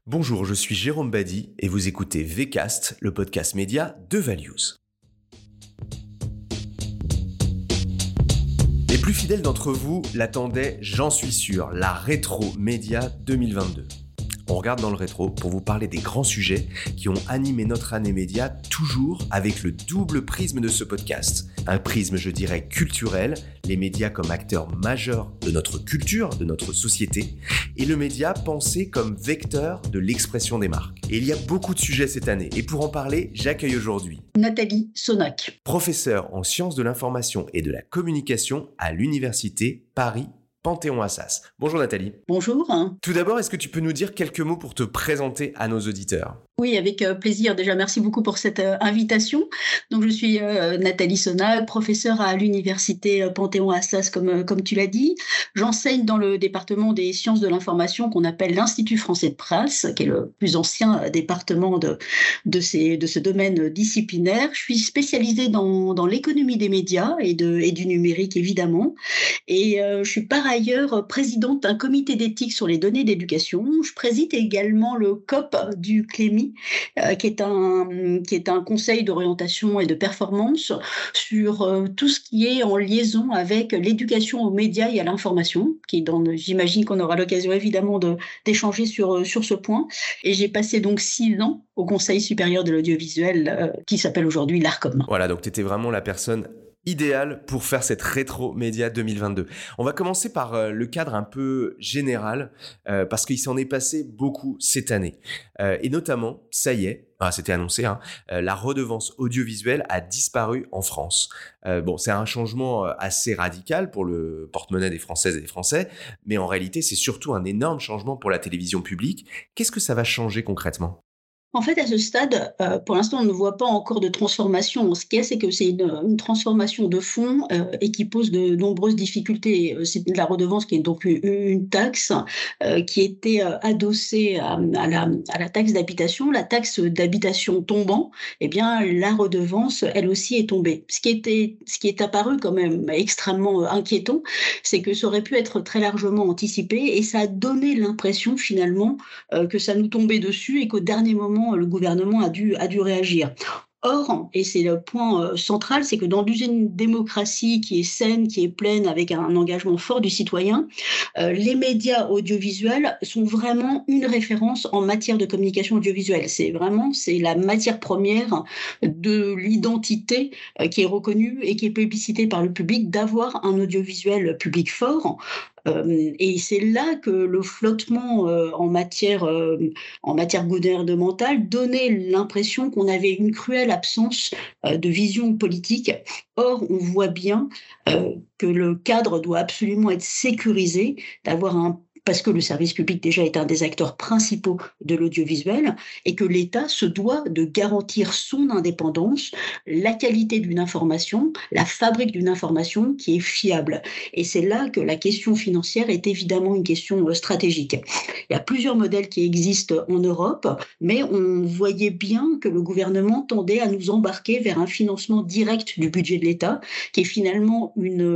Bonjour, je suis Jérôme Bady et vous écoutez VCast, le podcast média de Values. Les plus fidèles d'entre vous l'attendaient, j'en suis sûr, la Rétro Média 2022. On regarde dans le rétro pour vous parler des grands sujets qui ont animé notre année média, toujours avec le double prisme de ce podcast. Un prisme, je dirais, culturel, les médias comme acteurs majeurs de notre culture, de notre société, et le média pensé comme vecteur de l'expression des marques. Et il y a beaucoup de sujets cette année, et pour en parler, j'accueille aujourd'hui Nathalie Sonac, professeure en sciences de l'information et de la communication à l'université Paris Panthéon-Assas. Bonjour Nathalie. Bonjour. Tout d'abord, est-ce que tu peux nous dire quelques mots pour te présenter à nos auditeurs ? Oui, avec plaisir. Déjà, merci beaucoup pour cette invitation. Donc, je suis Nathalie Sonac, professeure à l'université Panthéon-Assas, comme tu l'as dit. J'enseigne dans le département des sciences de l'information qu'on appelle l'Institut français de presse, qui est le plus ancien département de ce domaine disciplinaire. Je suis spécialisée dans l'économie des médias et du numérique, évidemment. Et je suis par ailleurs présidente d'un comité d'éthique sur les données d'éducation. Je préside également le COP du CLEMI, qui est un conseil d'orientation et de performance sur tout ce qui est en liaison avec l'éducation aux médias et à l'information, j'imagine qu'on aura l'occasion évidemment d'échanger sur ce point. Et j'ai passé donc 6 ans au Conseil supérieur de l'audiovisuel, qui s'appelle aujourd'hui l'ARCOM. Voilà, donc tu étais vraiment la personne idéal pour faire cette Rétro Média 2022. On va commencer par le cadre un peu général, parce qu'il s'en est passé beaucoup cette année. Et notamment, ça y est, c'était annoncé, la redevance audiovisuelle a disparu en France. C'est un changement assez radical pour le porte-monnaie des Françaises et des Français, mais en réalité, c'est surtout un énorme changement pour la télévision publique. Qu'est-ce que ça va changer concrètement ? En fait, à ce stade, pour l'instant, on ne voit pas encore de transformation. Ce qu'il y a, c'est que c'est une transformation de fond et qui pose de nombreuses difficultés. C'est la redevance qui est donc une taxe qui était adossée à la taxe d'habitation. La taxe d'habitation tombant, eh bien, la redevance, elle aussi, est tombée. Ce qui est apparu quand même extrêmement inquiétant, c'est que ça aurait pu être très largement anticipé et ça a donné l'impression finalement que ça nous tombait dessus et qu'au dernier moment, le gouvernement a dû réagir. Or, et c'est le point central, c'est que dans une démocratie qui est saine, qui est pleine, avec un engagement fort du citoyen, les médias audiovisuels sont vraiment une référence en matière de communication audiovisuelle. C'est la matière première de l'identité qui est reconnue et qui est plébiscitée par le public, d'avoir un audiovisuel public fort. Et c'est là que le flottement en matière gouvernementale donnait l'impression qu'on avait une cruelle absence de vision politique. Or, on voit bien que le cadre doit absolument être sécurisé, parce que le service public déjà est un des acteurs principaux de l'audiovisuel et que l'État se doit de garantir son indépendance, la qualité d'une information, la fabrique d'une information qui est fiable. Et c'est là que la question financière est évidemment une question stratégique. Il y a plusieurs modèles qui existent en Europe, mais on voyait bien que le gouvernement tendait à nous embarquer vers un financement direct du budget de l'État, qui est finalement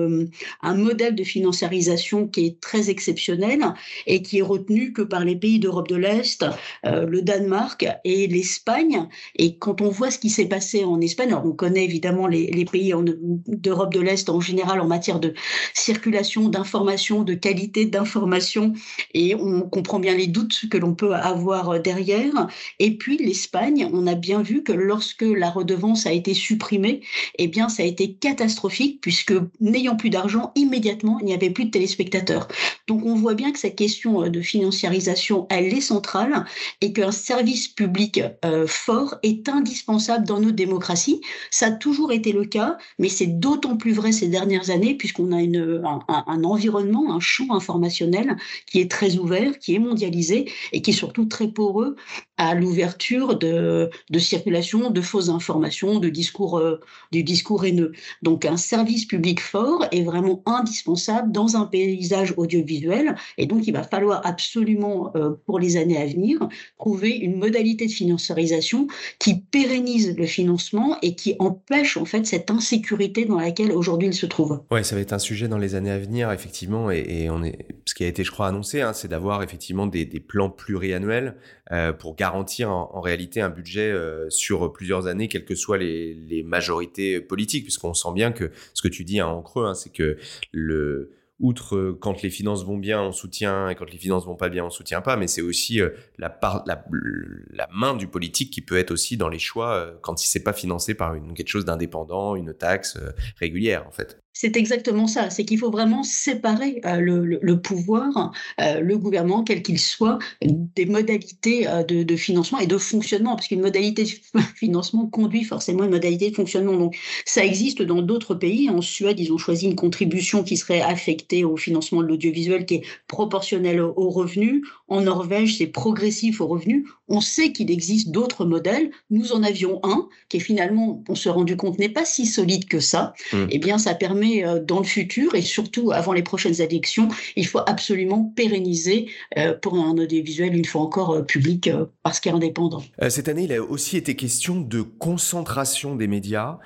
un modèle de financiarisation qui est très exceptionnel et qui est retenu que par les pays d'Europe de l'Est, le Danemark et l'Espagne. Et quand on voit ce qui s'est passé en Espagne, alors on connaît évidemment les pays d'Europe de l'Est en général en matière de circulation d'informations, de qualité d'informations, et on comprend bien les doutes que l'on peut avoir derrière. Et puis l'Espagne, on a bien vu que lorsque la redevance a été supprimée, eh bien ça a été catastrophique, puisque n'ayant plus d'argent, immédiatement, il n'y avait plus de téléspectateurs. Donc on voit bien que cette question de financiarisation, elle est centrale et qu'un service public fort est indispensable dans notre démocratie. Ça a toujours été le cas, mais c'est d'autant plus vrai ces dernières années puisqu'on a un environnement, un champ informationnel qui est très ouvert, qui est mondialisé et qui est surtout très poreux à l'ouverture de circulation de fausses informations, du discours haineux. Donc un service public fort est vraiment indispensable dans un paysage audiovisuel et donc il va falloir absolument, pour les années à venir, trouver une modalité de financiarisation qui pérennise le financement et qui empêche en fait cette insécurité dans laquelle aujourd'hui il se trouve. Ouais, ça va être un sujet dans les années à venir, effectivement, et ce qui a été, je crois, annoncé, hein, c'est d'avoir effectivement des plans pluriannuels pour garantir en réalité un budget sur plusieurs années, quelles que soient les majorités politiques, puisqu'on sent bien que ce que tu dis, hein, en creux, hein, c'est que outre quand les finances vont bien, on soutient, et quand les finances vont pas bien, on soutient pas, mais c'est aussi la main du politique qui peut être aussi dans les choix quand c'est pas financé par quelque chose d'indépendant, une taxe régulière, en fait. C'est exactement ça, c'est qu'il faut vraiment séparer le pouvoir, le gouvernement, quel qu'il soit, des modalités de financement et de fonctionnement, parce qu'une modalité de financement conduit forcément une modalité de fonctionnement. Donc ça existe dans d'autres pays. En Suède, ils ont choisi une contribution qui serait affectée au financement de l'audiovisuel, qui est proportionnelle aux revenus. En Norvège, c'est progressif aux revenus. On sait qu'il existe d'autres modèles. Nous en avions un qui finalement, on s'est rendu compte, n'est pas si solide que ça. Eh bien, ça permet dans le futur et surtout avant les prochaines élections, il faut absolument pérenniser pour un audiovisuel, une fois encore, public parce qu'il est indépendant. Cette année, il a aussi été question de concentration des médias.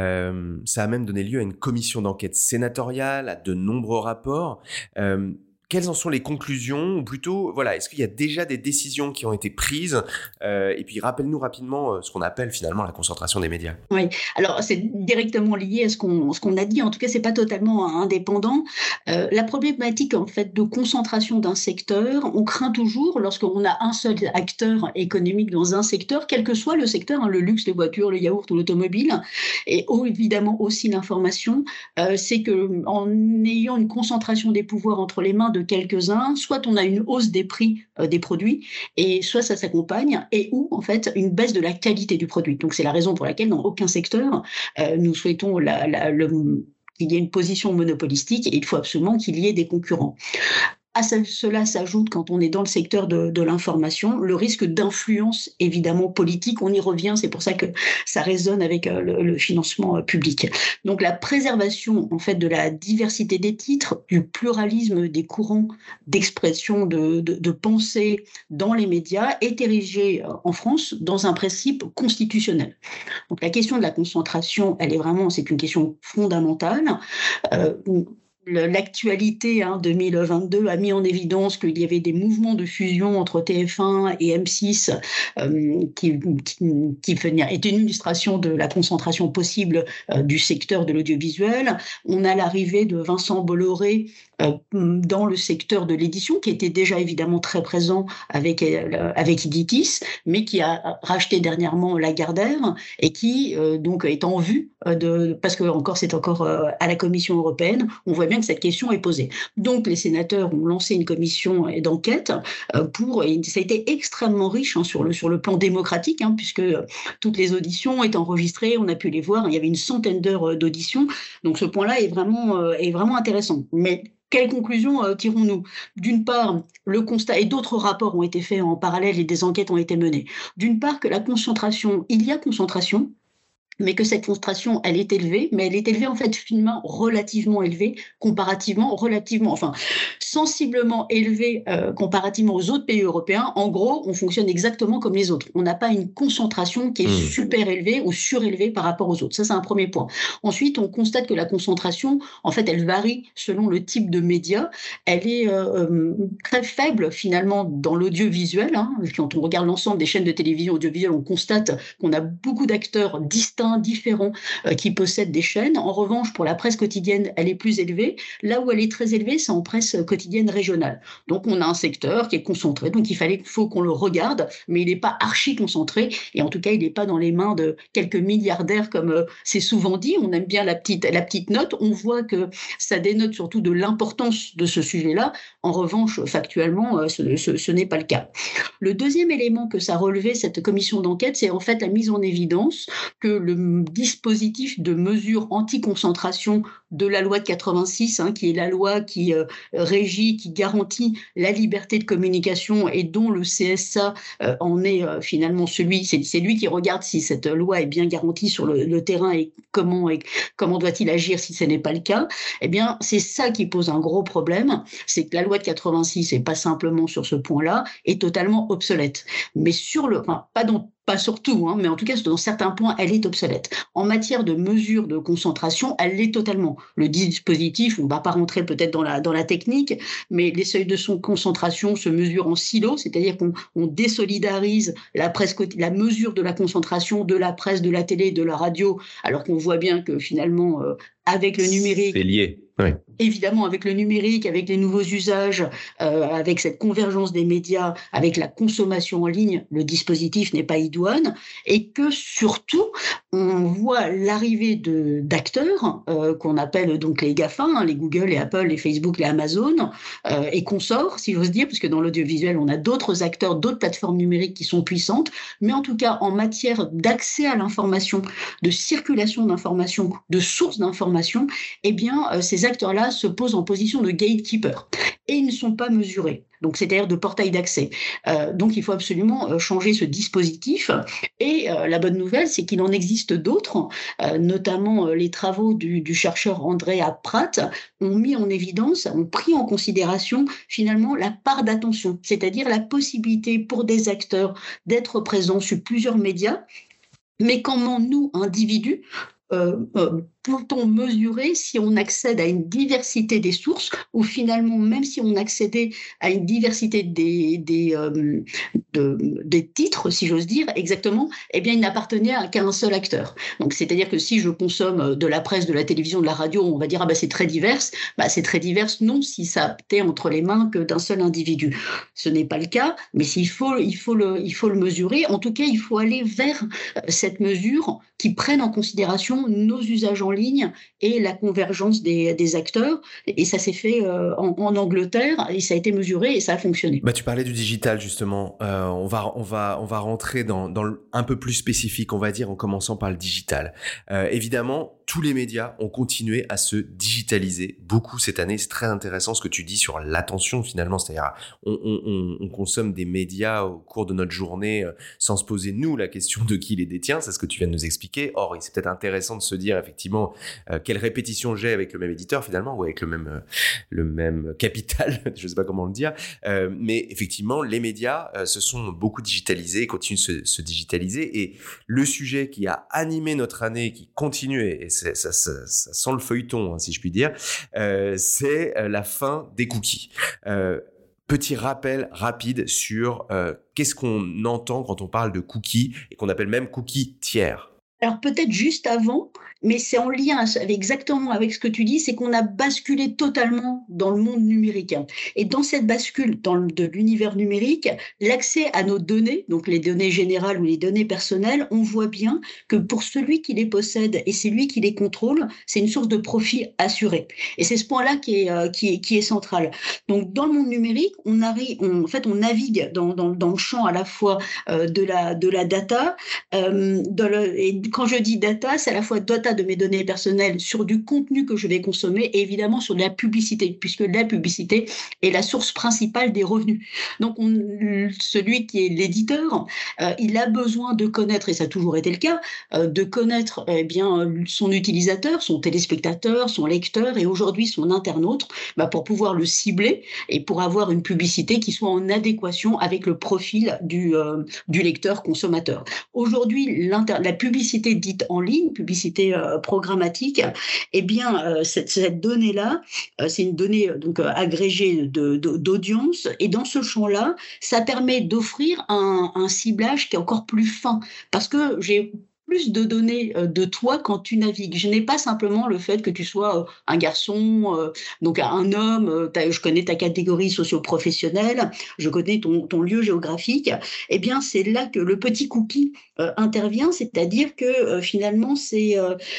Ça a même donné lieu à une commission d'enquête sénatoriale, à de nombreux rapports. Quelles en sont les conclusions? Ou plutôt, voilà, est-ce qu'il y a déjà des décisions qui ont été prises? Et puis, rappelle-nous rapidement ce qu'on appelle finalement la concentration des médias. Oui, alors c'est directement lié à ce qu'on a dit. En tout cas, c'est pas totalement indépendant. La problématique en fait de concentration d'un secteur, on craint toujours lorsqu'on a un seul acteur économique dans un secteur, quel que soit le secteur, hein, le luxe, les voitures, le yaourt ou l'automobile, et évidemment aussi l'information, c'est que en ayant une concentration des pouvoirs entre les mains de quelques-uns, soit on a une hausse des prix des produits, et soit ça s'accompagne, et ou en fait une baisse de la qualité du produit. Donc c'est la raison pour laquelle dans aucun secteur nous souhaitons qu'il y ait une position monopolistique et il faut absolument qu'il y ait des concurrents. À cela s'ajoute, quand on est dans le secteur de l'information, le risque d'influence évidemment politique. On y revient, c'est pour ça que ça résonne avec le financement public. Donc la préservation en fait de la diversité des titres, du pluralisme des courants d'expression, de pensée dans les médias est érigée en France dans un principe constitutionnel. Donc la question de la concentration, c'est une question fondamentale. Euh, L'actualité 2022 a mis en évidence qu'il y avait des mouvements de fusion entre TF1 et M6 qui est une illustration de la concentration possible du secteur de l'audiovisuel. On a l'arrivée de Vincent Bolloré dans le secteur de l'édition, qui était déjà évidemment très présent avec Editis, mais qui a racheté dernièrement Lagardère et qui donc est en vue parce que c'est encore à la Commission européenne, on voit bien que cette question est posée. Donc les sénateurs ont lancé une commission d'enquête et ça a été extrêmement riche sur le plan démocratique, puisque toutes les auditions étaient enregistrées, on a pu les voir, il y avait une centaine d'heures d'auditions, donc ce point-là est vraiment intéressant. Mais quelles conclusions tirons-nous? D'une part, le constat, et d'autres rapports ont été faits en parallèle et des enquêtes ont été menées. D'une part, que il y a concentration, mais que cette concentration, elle est élevée, mais elle est élevée en fait finalement relativement élevée, sensiblement élevée comparativement aux autres pays européens. En gros, on fonctionne exactement comme les autres. On n'a pas une concentration qui est super élevée ou surélevée par rapport aux autres. Ça, c'est un premier point. Ensuite, on constate que la concentration, en fait, elle varie selon le type de média. Elle est très faible finalement dans l'audiovisuel. Quand on regarde l'ensemble des chaînes de télévision audiovisuelle, on constate qu'on a beaucoup d'acteurs distincts, différents qui possèdent des chaînes. En revanche, pour la presse quotidienne, elle est plus élevée. Là où elle est très élevée, c'est en presse quotidienne régionale. Donc, on a un secteur qui est concentré. Donc, faut qu'on le regarde, mais il n'est pas archi concentré. Et en tout cas, il n'est pas dans les mains de quelques milliardaires, comme c'est souvent dit. On aime bien la petite note. On voit que ça dénote surtout de l'importance de ce sujet-là. En revanche, factuellement, ce n'est pas le cas. Le deuxième élément que ça relevait, cette commission d'enquête, c'est en fait la mise en évidence que le le dispositif de mesure anti-concentration de la loi de 86, qui est la loi qui régit, qui garantit la liberté de communication et dont le CSA en est finalement c'est lui qui regarde si cette loi est bien garantie sur le terrain et comment doit-il agir si ce n'est pas le cas. Eh bien, c'est ça qui pose un gros problème, c'est que la loi de 86, et pas simplement sur ce point-là, est totalement obsolète. Mais pas sur tout, mais en tout cas, dans certains points, elle est obsolète. En matière de mesure de concentration, elle l'est totalement. Le dispositif, on ne va pas rentrer peut-être dans la technique, mais les seuils de concentration se mesurent en silos, c'est-à-dire qu'on désolidarise la mesure de la concentration de la presse, de la télé, de la radio, alors qu'on voit bien que finalement, avec le numérique... C'est lié. Oui. Évidemment, avec le numérique, avec les nouveaux usages, avec cette convergence des médias, avec la consommation en ligne, le dispositif n'est pas idoine, et que surtout, on voit l'arrivée d'acteurs qu'on appelle donc les GAFA, les Google, les Apple, les Facebook, les Amazon, et consorts, si j'ose dire, parce que dans l'audiovisuel, on a d'autres acteurs, d'autres plateformes numériques qui sont puissantes, mais en tout cas, en matière d'accès à l'information, de circulation d'informations, de sources d'informations, eh bien, ces acteurs-là se posent en position de gatekeeper et ils ne sont pas mesurés. Donc, c'est-à-dire de portail d'accès. Donc, il faut absolument changer ce dispositif. Et la bonne nouvelle, c'est qu'il en existe d'autres, notamment les travaux du chercheur Andrea Pratt ont mis en évidence, ont pris en considération finalement la part d'attention, c'est-à-dire la possibilité pour des acteurs d'être présents sur plusieurs médias, mais comment nous, individus, peut-on mesurer si on accède à une diversité des sources ou finalement, même si on accédait à une diversité des titres, si j'ose dire, exactement, eh bien, il n'appartenait qu'à un seul acteur. Donc, c'est-à-dire que si je consomme de la presse, de la télévision, de la radio, on va dire, c'est très divers. C'est très divers, non, si ça était entre les mains que d'un seul individu. Ce n'est pas le cas, mais il faut le mesurer. En tout cas, il faut aller vers cette mesure qui prenne en considération nos usages en ligne et la convergence des acteurs. Et ça s'est fait en Angleterre et ça a été mesuré et ça a fonctionné. Tu parlais du digital justement. On va rentrer dans un peu plus spécifique, on va dire, en commençant par le digital. Évidemment, tous les médias ont continué à se digitaliser beaucoup cette année. C'est très intéressant ce que tu dis sur l'attention finalement. C'est-à-dire, on consomme des médias au cours de notre journée sans se poser nous la question de qui les détient. C'est ce que tu viens de nous expliquer. Or, c'est peut-être intéressant de se dire effectivement quelle répétition j'ai avec le même éditeur finalement ou avec le même capital. Je ne sais pas comment le dire. Mais effectivement, les médias se sont beaucoup digitalisés, continuent de se digitaliser. Et le sujet qui a animé notre année, qui continue, et ça sent le feuilleton, si je puis dire, c'est la fin des cookies. Petit rappel rapide sur qu'est-ce qu'on entend quand on parle de cookies et qu'on appelle même cookies tiers. Alors peut-être juste avant, mais c'est en lien exactement avec ce que tu dis, c'est qu'on a basculé totalement dans le monde numérique. Et dans cette bascule de l'univers numérique, l'accès à nos données, donc les données générales ou les données personnelles, on voit bien que pour celui qui les possède et c'est lui qui les contrôle, c'est une source de profit assurée. Et c'est ce point-là qui est central. Donc dans le monde numérique, on navigue dans le champ à la fois de la data, et quand je dis data, c'est à la fois data de mes données personnelles sur du contenu que je vais consommer et évidemment sur de la publicité, puisque la publicité est la source principale des revenus. Donc, celui qui est l'éditeur, il a besoin de connaître, et ça a toujours été le cas, de connaître son utilisateur, son téléspectateur, son lecteur et aujourd'hui son internaute, pour pouvoir le cibler et pour avoir une publicité qui soit en adéquation avec le profil du lecteur consommateur. Aujourd'hui, la publicité dite en ligne, publicité programmatique, cette donnée-là, c'est une donnée donc agrégée d'audience, et dans ce champ-là, ça permet d'offrir un ciblage qui est encore plus fin, parce que j'ai plus de données de toi quand tu navigues. Je n'ai pas simplement le fait que tu sois un garçon, donc un homme, je connais ta catégorie socio-professionnelle, je connais ton lieu géographique. Eh bien, c'est là que le petit cookie intervient, c'est-à-dire que finalement, c'est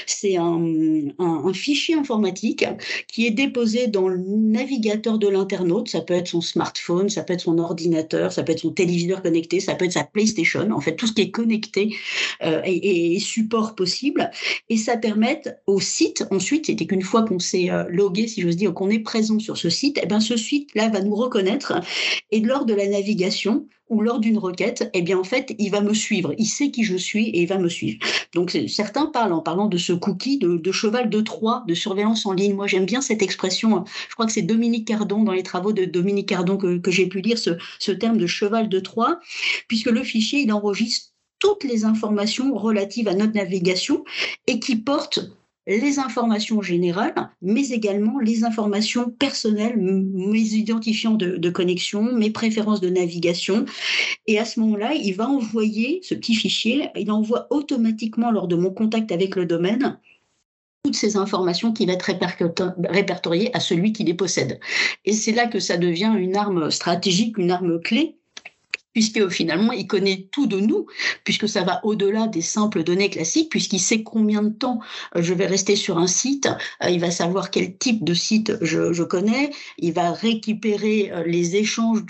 un fichier informatique qui est déposé dans le navigateur de l'internaute. Ça peut être son smartphone, ça peut être son ordinateur, ça peut être son téléviseur connecté, ça peut être sa PlayStation, en fait, tout ce qui est connecté et fichiers et supports possibles, et ça permet au site ensuite, c'est qu'une fois qu'on s'est logué, si j'ose dire, qu'on est présent sur ce site, eh ben ce site-là va nous reconnaître, et lors de la navigation ou lors d'une requête, eh bien en fait, il va me suivre, il sait qui je suis et il va me suivre. Donc certains parlent, en parlant de ce cookie, de cheval de Troie, de surveillance en ligne. Moi j'aime bien cette expression, je crois que c'est Dominique Cardon, dans les travaux de Dominique Cardon que j'ai pu lire, ce terme de cheval de Troie, puisque le fichier, il enregistre toutes les informations relatives à notre navigation et qui portent les informations générales, mais également les informations personnelles, mes identifiants de connexion, mes préférences de navigation. Et à ce moment-là, il va envoyer ce petit fichier, il envoie automatiquement lors de mon contact avec le domaine toutes ces informations qui vont être répertoriées à celui qui les possède. Et c'est là que ça devient une arme stratégique, une arme clé, puisque finalement, il connaît tout de nous, puisque ça va au-delà des simples données classiques, puisqu'il sait combien de temps je vais rester sur un site, il va savoir quel type de site je connais, il va récupérer les échanges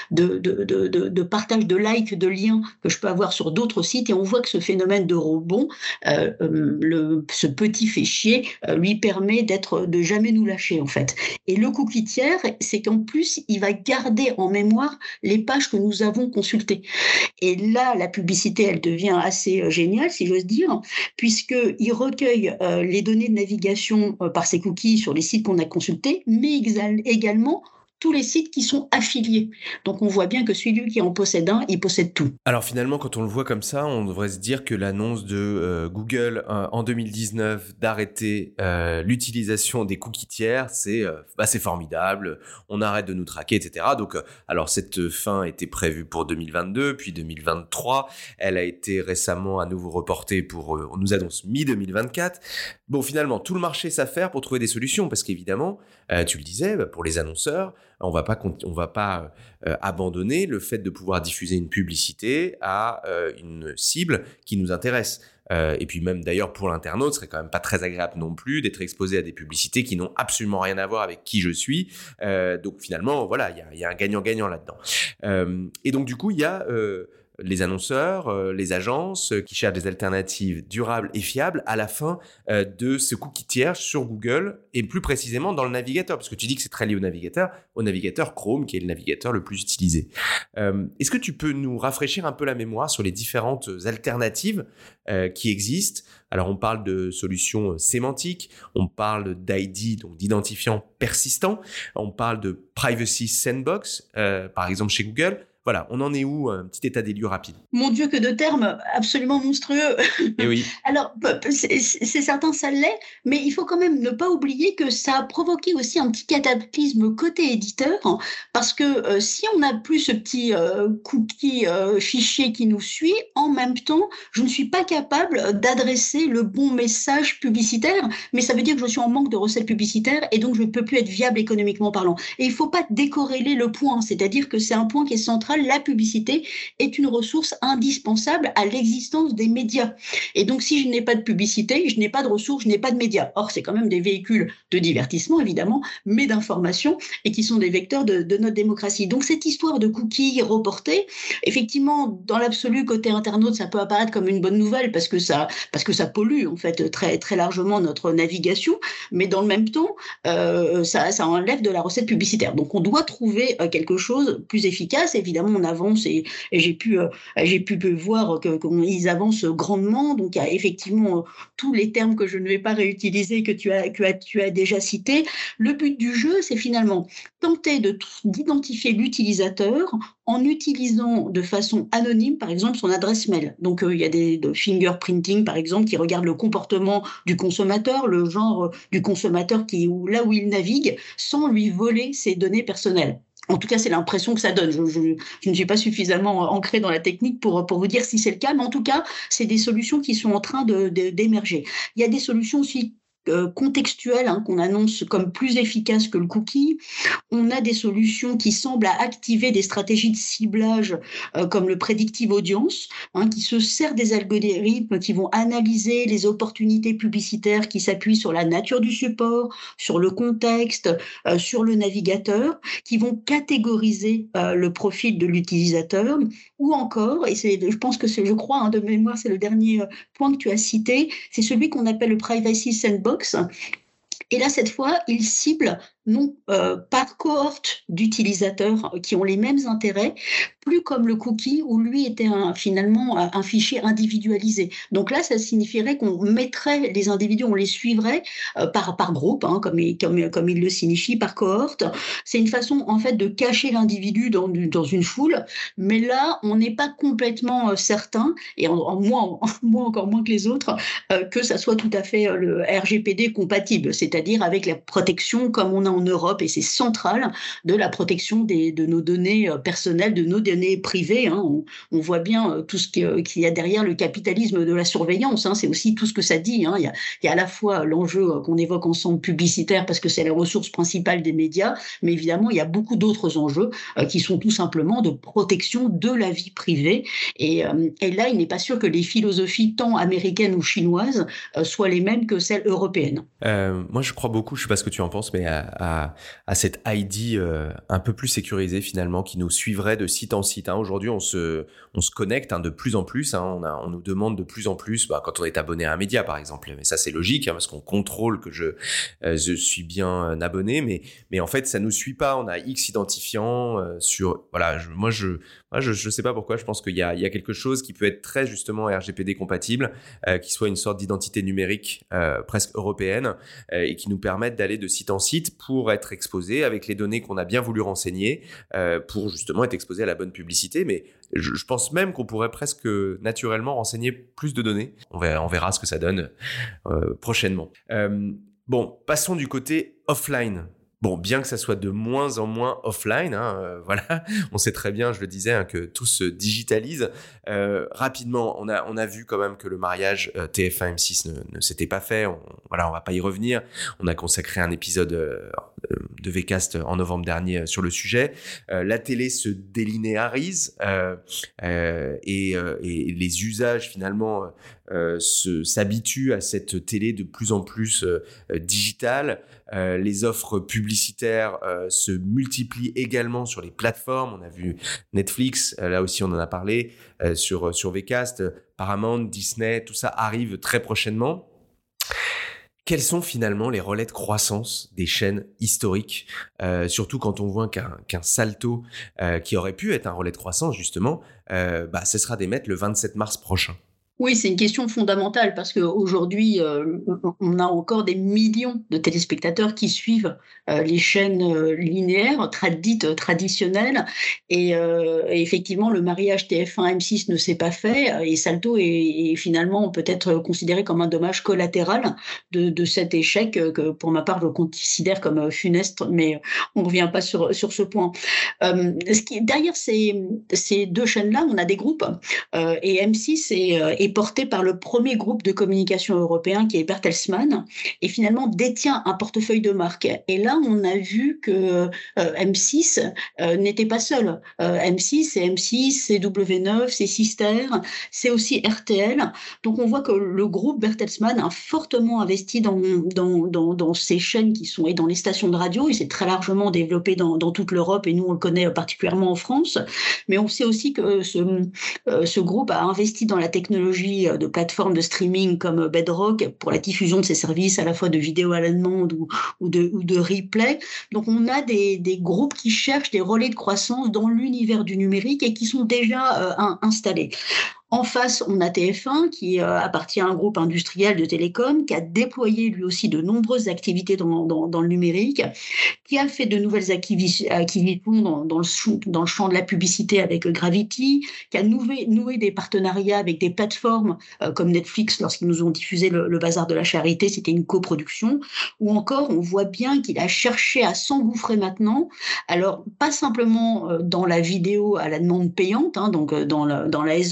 de partage de likes, de liens que je peux avoir sur d'autres sites, et on voit que ce phénomène de rebond, ce petit fichier lui permet de jamais nous lâcher, en fait. Et le cookie tiers, c'est qu'en plus, il va garder en mémoire les pages que nous avons consulter. Et là, la publicité, elle devient assez géniale, si j'ose dire, puisqu'il recueille les données de navigation par ses cookies sur les sites qu'on a consultés, mais également tous les sites qui sont affiliés. Donc on voit bien que celui qui en possède un, il possède tout. Alors finalement, quand on le voit comme ça, on devrait se dire que l'annonce de Google en 2019 d'arrêter l'utilisation des cookies tiers, c'est formidable, on arrête de nous traquer, etc. Donc, alors cette fin était prévue pour 2022, puis 2023, elle a été récemment à nouveau reportée on nous annonce mi-2024. Bon, finalement, tout le marché s'affaire pour trouver des solutions, parce qu'évidemment, tu le disais, pour les annonceurs, on va pas abandonner le fait de pouvoir diffuser une publicité à une cible qui nous intéresse. Et puis même d'ailleurs pour l'internaute, ce serait quand même pas très agréable non plus d'être exposé à des publicités qui n'ont absolument rien à voir avec qui je suis. Donc finalement, voilà, il y a un gagnant-gagnant là-dedans. Et donc du coup, il y a les annonceurs, les agences qui cherchent des alternatives durables et fiables à la fin de ce cookie tiers sur Google, et plus précisément dans le navigateur, parce que tu dis que c'est très lié au navigateur Chrome, qui est le navigateur le plus utilisé. Est-ce que tu peux nous rafraîchir un peu la mémoire sur les différentes alternatives qui existent? Alors on parle de solutions sémantiques, on parle d'ID, donc d'identifiants persistants, on parle de Privacy Sandbox, par exemple chez Google. Voilà, on en est où? Un petit état des lieux rapide. Mon Dieu, que de termes absolument monstrueux. Et oui. Alors, c'est certain, ça l'est, mais il faut quand même ne pas oublier que ça a provoqué aussi un petit cataclysme côté éditeur, parce que si on n'a plus ce petit cookie fichier qui nous suit, en même temps, je ne suis pas capable d'adresser le bon message publicitaire, mais ça veut dire que je suis en manque de recettes publicitaires et donc je ne peux plus être viable économiquement parlant. Et il ne faut pas décorréler le point, c'est-à-dire que c'est un point qui est central. La publicité est une ressource indispensable à l'existence des médias. Et donc, si je n'ai pas de publicité, je n'ai pas de ressources, je n'ai pas de médias. Or, c'est quand même des véhicules de divertissement, évidemment, mais d'information, et qui sont des vecteurs de notre démocratie. Donc, cette histoire de cookies reportés, effectivement, dans l'absolu, côté internaute, ça peut apparaître comme une bonne nouvelle parce que ça pollue, en fait, très, très largement notre navigation, mais dans le même temps, ça enlève de la recette publicitaire. Donc, on doit trouver quelque chose de plus efficace. Évidemment, on avance et j'ai pu voir qu'ils avancent grandement. Donc, il y a effectivement tous les termes que je ne vais pas réutiliser, que tu as déjà cités. Le but du jeu, c'est finalement tenter d'identifier l'utilisateur en utilisant de façon anonyme, par exemple, son adresse mail. Donc, il y a de fingerprinting, par exemple, qui regarde le comportement du consommateur, le genre du consommateur là où il navigue, sans lui voler ses données personnelles. En tout cas, c'est l'impression que ça donne. Je ne suis pas suffisamment ancrée dans la technique pour vous dire si c'est le cas, mais en tout cas, c'est des solutions qui sont en train d'émerger. Il y a des solutions aussi contextuelles qu'on annonce comme plus efficaces que le cookie. On a des solutions qui semblent à activer des stratégies de ciblage comme le predictive audience, qui se sert des algorithmes qui vont analyser les opportunités publicitaires qui s'appuient sur la nature du support, sur le contexte, sur le navigateur, qui vont catégoriser le profil de l'utilisateur, ou encore, et je pense que je crois, de mémoire, c'est le dernier point que tu as cité, c'est celui qu'on appelle le Privacy Sandbox. Et là, cette fois, il cible non par cohorte d'utilisateurs qui ont les mêmes intérêts, plus comme le cookie où lui était finalement un fichier individualisé. Donc là, ça signifierait qu'on mettrait les individus, on les suivrait par groupe, comme il le signifie, par cohorte. C'est une façon en fait de cacher l'individu dans une foule, mais là, on n'est pas complètement certain, et moi encore moins que les autres, que ça soit tout à fait le RGPD compatible, c'est-à-dire avec la protection comme on a en Europe, et c'est central, de la protection de nos données personnelles, de nos données privées. On voit bien tout ce qu'il y a derrière le capitalisme de la surveillance. C'est aussi tout ce que ça dit. Il y a à la fois l'enjeu qu'on évoque ensemble publicitaire, parce que c'est la ressource principale des médias, mais évidemment, il y a beaucoup d'autres enjeux qui sont tout simplement de protection de la vie privée. Et là, il n'est pas sûr que les philosophies tant américaines ou chinoises soient les mêmes que celles européennes. Moi, je crois beaucoup, je sais pas ce que tu en penses, mais à cette ID un peu plus sécurisée finalement, qui nous suivrait de site en site. Aujourd'hui, on se connecte de plus en plus. On nous demande de plus en plus, quand on est abonné à un média par exemple. Mais ça, c'est logique, parce qu'on contrôle que je suis bien abonné. Mais en fait, ça nous suit pas. On a X identifiants sur. Voilà. Moi, je sais pas pourquoi. Je pense qu'il y a quelque chose qui peut être très justement RGPD compatible, qui soit une sorte d'identité numérique presque européenne, et qui nous permette d'aller de site en site pour être exposé avec les données qu'on a bien voulu renseigner, pour justement être exposé à la bonne publicité. Mais je pense même qu'on pourrait presque naturellement renseigner plus de données. On verra ce que ça donne prochainement. Bon, passons du côté offline. Bon, bien que ça soit de moins en moins offline, voilà, on sait très bien, je le disais, que tout se digitalise. Rapidement, on a vu quand même que le mariage TF1 M6 ne s'était pas fait. On va pas y revenir. On a consacré un épisode de Vcast en novembre dernier sur le sujet. La télé se délinéarise et les usages finalement s'habituent à cette télé de plus en plus digitale. Les offres publicitaires se multiplient également sur les plateformes. On a vu Netflix, là aussi on en a parlé, sur Vcast, Paramount, Disney, tout ça arrive très prochainement. Quels sont finalement les relais de croissance des chaînes historiques, surtout quand on voit qu'un Salto, qui aurait pu être un relais de croissance justement, ce sera d'émettre le 27 mars prochain? Oui, c'est une question fondamentale parce qu'aujourd'hui, on a encore des millions de téléspectateurs qui suivent les chaînes linéaires, dites traditionnelles. Et effectivement, le mariage TF1-M6 ne s'est pas fait et Salto est finalement peut-être considéré comme un dommage collatéral de cet échec que, pour ma part, je considère comme funeste, mais on ne revient pas sur ce point. Derrière ces deux chaînes-là, on a des groupes et M6 est porté par le premier groupe de communication européen qui est Bertelsmann et finalement détient un portefeuille de marques. Et là, on a vu que M6 n'était pas seul. M6, c'est M6, c'est W9, c'est Sister, c'est aussi RTL. Donc on voit que le groupe Bertelsmann a fortement investi dans ces chaînes qui sont et dans les stations de radio. Il s'est très largement développé dans toute l'Europe et nous on le connaît particulièrement en France. Mais on sait aussi que ce groupe a investi dans la technologie de plateformes de streaming comme Bedrock pour la diffusion de ses services à la fois de vidéo à la demande ou de replay. Donc on a des groupes qui cherchent des relais de croissance dans l'univers du numérique et qui sont déjà installés. En face, on a TF1 qui appartient à un groupe industriel de télécom, qui a déployé lui aussi de nombreuses activités dans le numérique, qui a fait de nouvelles activités dans le champ de la publicité avec Gravity, qui a noué des partenariats avec des plateformes comme Netflix lorsqu'ils nous ont diffusé le Bazar de la Charité, c'était une coproduction, ou encore on voit bien qu'il a cherché à s'engouffrer maintenant, alors pas simplement dans la vidéo à la demande payante, donc dans la SVOD,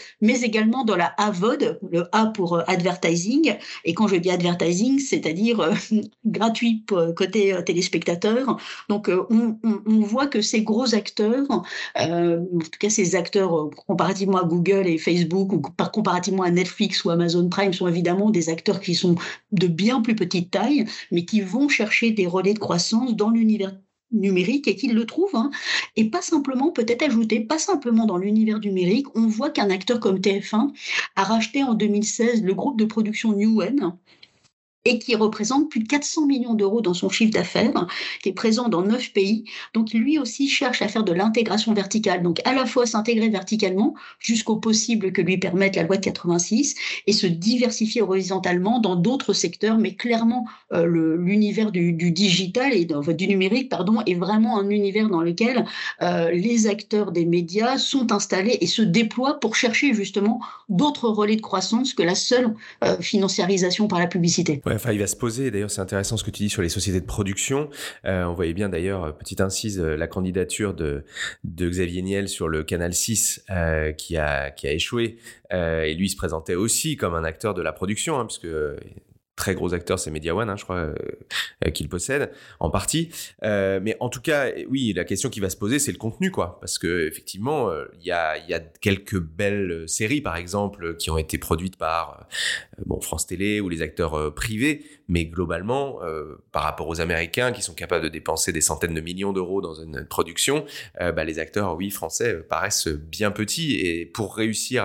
mais également dans la AVOD, le A pour advertising. Et quand je dis advertising, c'est-à-dire gratuit côté téléspectateur. Donc, on voit que ces gros acteurs, en tout cas ces acteurs comparativement à Google et Facebook, ou comparativement à Netflix ou Amazon Prime, sont évidemment des acteurs qui sont de bien plus petite taille, mais qui vont chercher des relais de croissance dans l'univers numérique et qu'ils le trouvent, hein. Et pas simplement, peut-être ajouter, pas simplement dans l'univers numérique, on voit qu'un acteur comme TF1 a racheté en 2016 le groupe de production Newen, et qui représente plus de 400 millions d'euros dans son chiffre d'affaires, qui est présent dans 9 pays. Donc lui aussi cherche à faire de l'intégration verticale, donc à la fois s'intégrer verticalement jusqu'au possible que lui permette la loi de 86 et se diversifier horizontalement dans d'autres secteurs, mais clairement l'univers du digital et du numérique, pardon, est vraiment un univers dans lequel les acteurs des médias sont installés et se déploient pour chercher justement d'autres relais de croissance que la seule financiarisation par la publicité. Ouais, enfin, il va se poser, d'ailleurs c'est intéressant ce que tu dis sur les sociétés de production. On voyait bien d'ailleurs, petite incise, la candidature de Xavier Niel sur le Canal 6 qui a échoué. Et lui il se présentait aussi comme un acteur de la production, hein, puisque très gros acteur, c'est Media One, hein, je crois, qu'il possède en partie. Mais en tout cas, oui, la question qui va se poser, c'est le contenu, quoi, parce que effectivement, il y a quelques belles séries, par exemple, qui ont été produites par France Télé ou les acteurs privés, mais globalement, par rapport aux Américains qui sont capables de dépenser des centaines de millions d'euros dans une production, les acteurs, oui, français paraissent bien petits, et pour réussir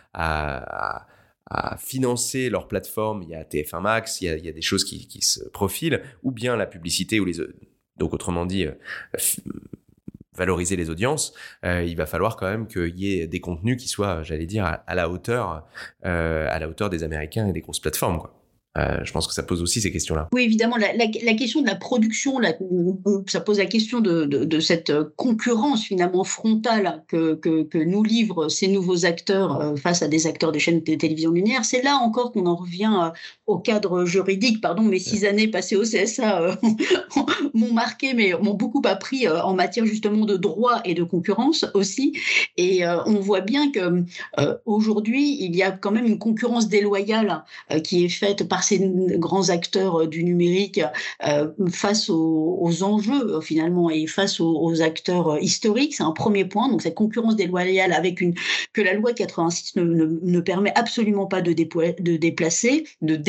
à financer leur plateforme, il y a TF1 Max, il y a des choses qui se profilent, ou bien la publicité, donc autrement dit, valoriser les audiences, il va falloir quand même qu'il y ait des contenus qui soient, j'allais dire, à la hauteur des Américains et des grosses plateformes, quoi. Je pense que ça pose aussi ces questions-là. Oui, évidemment, la question de la production, ça pose la question de cette concurrence finalement frontale que nous livrent ces nouveaux acteurs face à des acteurs des chaînes de télévision linéaire. C'est là encore qu'on en revient au cadre juridique. Pardon, mes 6 années passées au CSA m'ont marqué, mais m'ont beaucoup appris en matière justement de droit et de concurrence aussi. Et on voit bien que aujourd'hui, il y a quand même une concurrence déloyale qui est faite par ces grands acteurs du numérique face aux enjeux finalement et face aux acteurs historiques. C'est un premier point. Donc cette concurrence déloyale que la loi de 86 ne permet absolument pas de dépasser.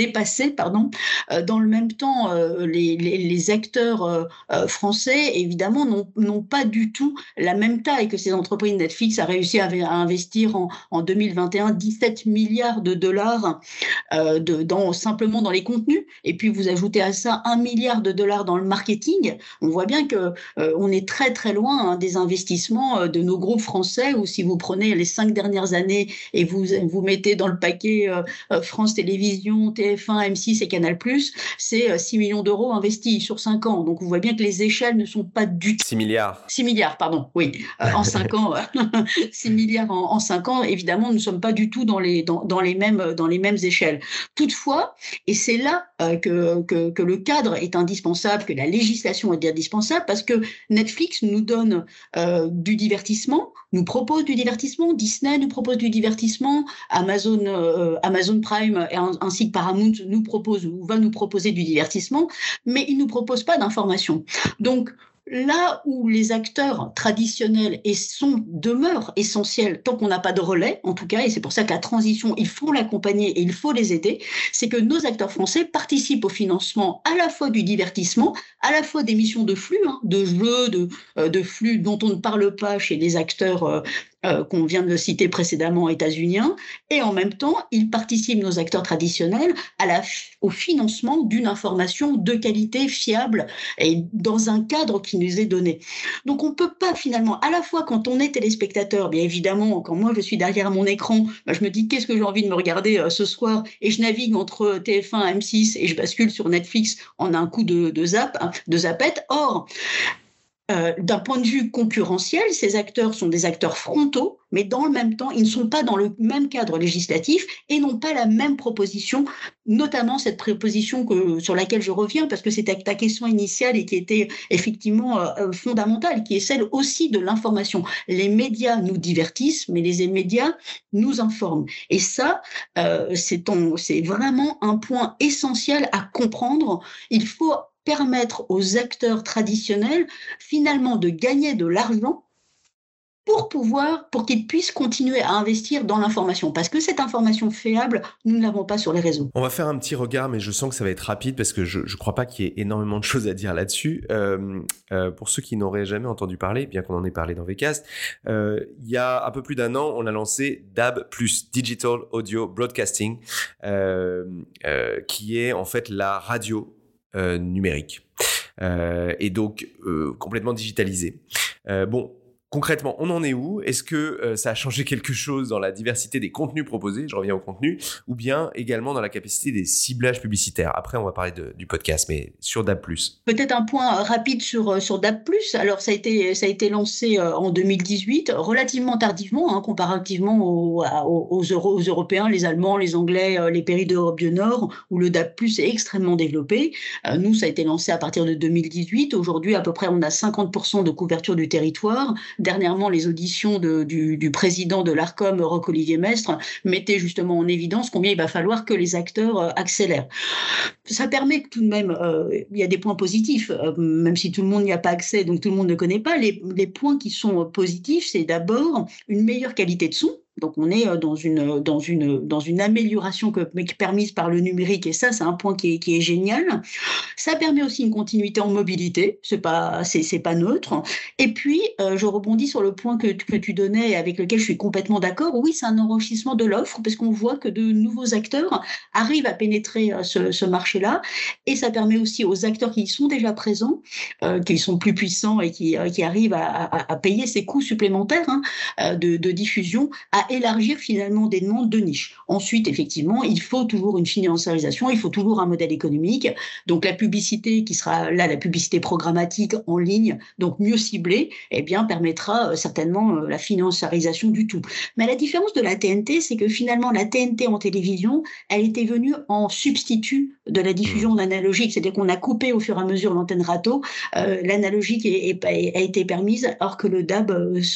Dans le même temps, les acteurs français évidemment n'ont pas du tout la même taille que ces entreprises. Netflix a réussi à investir en 2021 17 milliards de dollars simplement dans les contenus, et puis vous ajoutez à ça 1 milliard de dollars dans le marketing. On voit bien que on est très très loin des investissements de nos groupes français, où si vous prenez les 5 dernières années et vous mettez dans le paquet France Télévisions, TF1, M6 et Canal+, c'est 6 millions d'euros investis sur 5 ans. Donc on voit bien que les échelles ne sont pas du tout... 6 milliards. 6 milliards, pardon, oui, en 5 ans. 6 milliards en 5 ans, évidemment, nous ne sommes pas du tout dans les mêmes échelles. Toutefois, et c'est là que le cadre est indispensable, que la législation est indispensable, parce que Netflix nous donne du divertissement, nous propose du divertissement, Disney nous propose du divertissement, Amazon Prime ainsi que Paramount va nous proposer du divertissement, mais ils ne nous proposent pas d'information. Donc, là où les acteurs traditionnels demeurent essentiels tant qu'on n'a pas de relais, en tout cas, et c'est pour ça que la transition, il faut l'accompagner et il faut les aider, c'est que nos acteurs français participent au financement à la fois du divertissement, à la fois d'émissions de flux, de jeux, de flux dont on ne parle pas chez les acteurs qu'on vient de citer précédemment états-uniens, et en même temps, ils participent, nos acteurs traditionnels, au financement d'une information de qualité fiable et dans un cadre qui nous est donné. Donc on ne peut pas finalement, à la fois quand on est téléspectateur, bien évidemment, quand moi je suis derrière mon écran, je me dis qu'est-ce que j'ai envie de me regarder ce soir, et je navigue entre TF1 M6 et je bascule sur Netflix en un coup de zapette. Or, d'un point de vue concurrentiel, ces acteurs sont des acteurs frontaux, mais dans le même temps, ils ne sont pas dans le même cadre législatif et n'ont pas la même proposition, notamment cette proposition sur laquelle je reviens, parce que c'était ta question initiale et qui était effectivement fondamentale, qui est celle aussi de l'information. Les médias nous divertissent, mais les médias nous informent. Et ça, c'est vraiment un point essentiel à comprendre. Il faut permettre aux acteurs traditionnels finalement de gagner de l'argent pour qu'ils puissent continuer à investir dans l'information. Parce que cette information fiable, nous ne l'avons pas sur les réseaux. On va faire un petit regard, mais je sens que ça va être rapide parce que je crois pas qu'il y ait énormément de choses à dire là-dessus. Pour ceux qui n'auraient jamais entendu parler, bien qu'on en ait parlé dans Vcast, il y a un peu plus d'un an, on a lancé DAB+, Digital Audio Broadcasting, qui est en fait la radio numérique. Et donc complètement digitalisée. Concrètement, on en est où ? Est-ce que ça a changé quelque chose dans la diversité des contenus proposés ? Je reviens au contenu. Ou bien également dans la capacité des ciblages publicitaires. Après, on va parler du podcast, mais sur DAB+. Peut-être un point rapide sur DAB+. Alors, ça a été lancé en 2018, relativement tardivement, comparativement aux Européens, les Allemands, les Anglais, les pays d'Europe du Nord, où le DAB+ est extrêmement développé. Nous, ça a été lancé à partir de 2018. Aujourd'hui, à peu près, on a 50% de couverture du territoire. Dernièrement, les auditions du président de l'Arcom, Roch-Olivier Mestre, mettaient justement en évidence combien il va falloir que les acteurs accélèrent. Ça permet que tout de même, il y a des points positifs, même si tout le monde n'y a pas accès, donc tout le monde ne connaît pas. Les points qui sont positifs, c'est d'abord une meilleure qualité de son. Donc on est dans une amélioration qui est permise par le numérique, et ça, c'est un point qui est génial. Ça permet aussi une continuité en mobilité, c'est pas neutre. Et puis je rebondis sur le point que tu donnais et avec lequel je suis complètement d'accord. Oui, c'est un enrichissement de l'offre parce qu'on voit que de nouveaux acteurs arrivent à pénétrer ce marché-là, et ça permet aussi aux acteurs qui y sont déjà présents, qui sont plus puissants et qui arrivent à payer ces coûts supplémentaires de diffusion, à élargir finalement des demandes de niche. Ensuite, effectivement, il faut toujours une financiarisation, il faut toujours un modèle économique. Donc la publicité qui sera là, la publicité programmatique en ligne, donc mieux ciblée, permettra certainement la financiarisation du tout. Mais la différence de la TNT, c'est que finalement la TNT en télévision, elle était venue en substitut de la diffusion analogique, c'est-à-dire qu'on a coupé au fur et à mesure l'antenne râteau, l'analogique a été permise, alors que le DAB,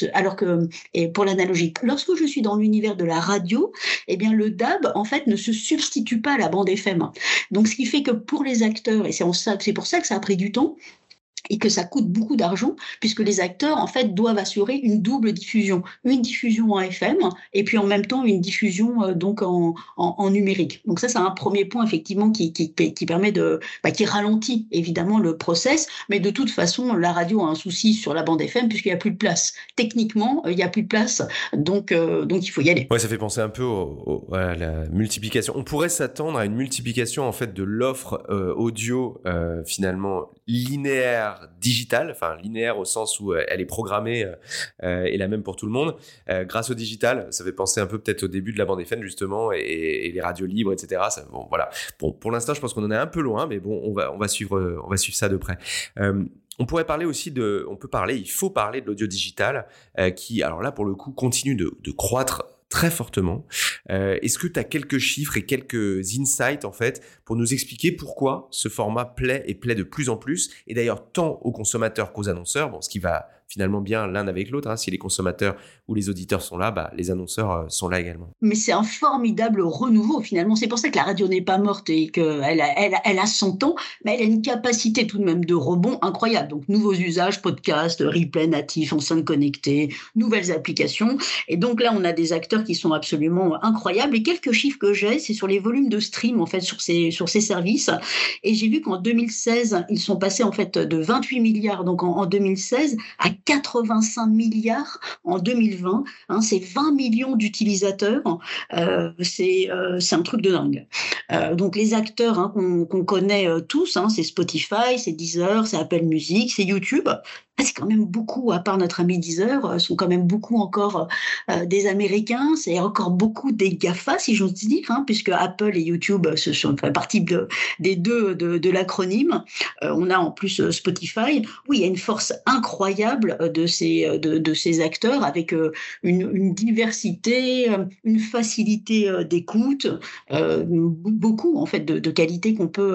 pour l'analogique. Lorsque je suis dans l'univers de la radio, le DAB en fait ne se substitue pas à la bande FM. Donc ce qui fait que pour les acteurs, et c'est pour ça que ça a pris du temps, et que ça coûte beaucoup d'argent, puisque les acteurs, en fait, doivent assurer une double diffusion. Une diffusion en FM, et puis en même temps, une diffusion donc en numérique. Donc ça, c'est un premier point, effectivement, qui permet qui ralentit, évidemment, le process, mais de toute façon, la radio a un souci sur la bande FM, puisqu'il n'y a plus de place. Techniquement, il n'y a plus de place, donc il faut y aller. Ouais, ça fait penser un peu à la multiplication. On pourrait s'attendre à une multiplication, en fait, de l'offre audio, finalement, linéaire, digitale, enfin linéaire au sens où elle est programmée et la même pour tout le monde. Grâce au digital, ça fait penser un peu peut-être au début de la bande FM justement et les radios libres, etc. Voilà. Bon, pour l'instant, je pense qu'on en est un peu loin, mais bon, on va suivre ça de près. On pourrait parler aussi il faut parler de l'audio digital qui, alors là, pour le coup, continue de croître très fortement. Est-ce que tu as quelques chiffres et quelques insights en fait pour nous expliquer pourquoi ce format plaît de plus en plus, et d'ailleurs tant aux consommateurs qu'aux annonceurs, ce qui va finalement bien l'un avec l'autre, si les consommateurs ou les auditeurs sont là, les annonceurs sont là également. Mais c'est un formidable renouveau finalement, c'est pour ça que la radio n'est pas morte et qu'elle a 100 ans, mais elle a une capacité tout de même de rebond incroyable. Donc nouveaux usages, podcast, replay natif, enceinte connectée, nouvelles applications, et donc là on a des acteurs qui sont absolument incroyables, et quelques chiffres que j'ai, c'est sur les volumes de stream en fait sur ces services, et j'ai vu qu'en 2016 ils sont passés en fait de 28 milliards donc en 2016 à 85 milliards en 2020, c'est 20 millions d'utilisateurs, c'est un truc de dingue. Donc les acteurs qu'on connaît tous, c'est Spotify, c'est Deezer, c'est Apple Music, c'est YouTube, c'est quand même beaucoup, à part notre ami Deezer, sont quand même beaucoup encore des Américains, c'est encore beaucoup des GAFA, si j'ose dire, hein, puisque Apple et YouTube se sont fait partie des deux de l'acronyme. On a en plus Spotify. Oui, il y a une force incroyable de ces acteurs avec une diversité, une facilité d'écoute, beaucoup en fait de qualités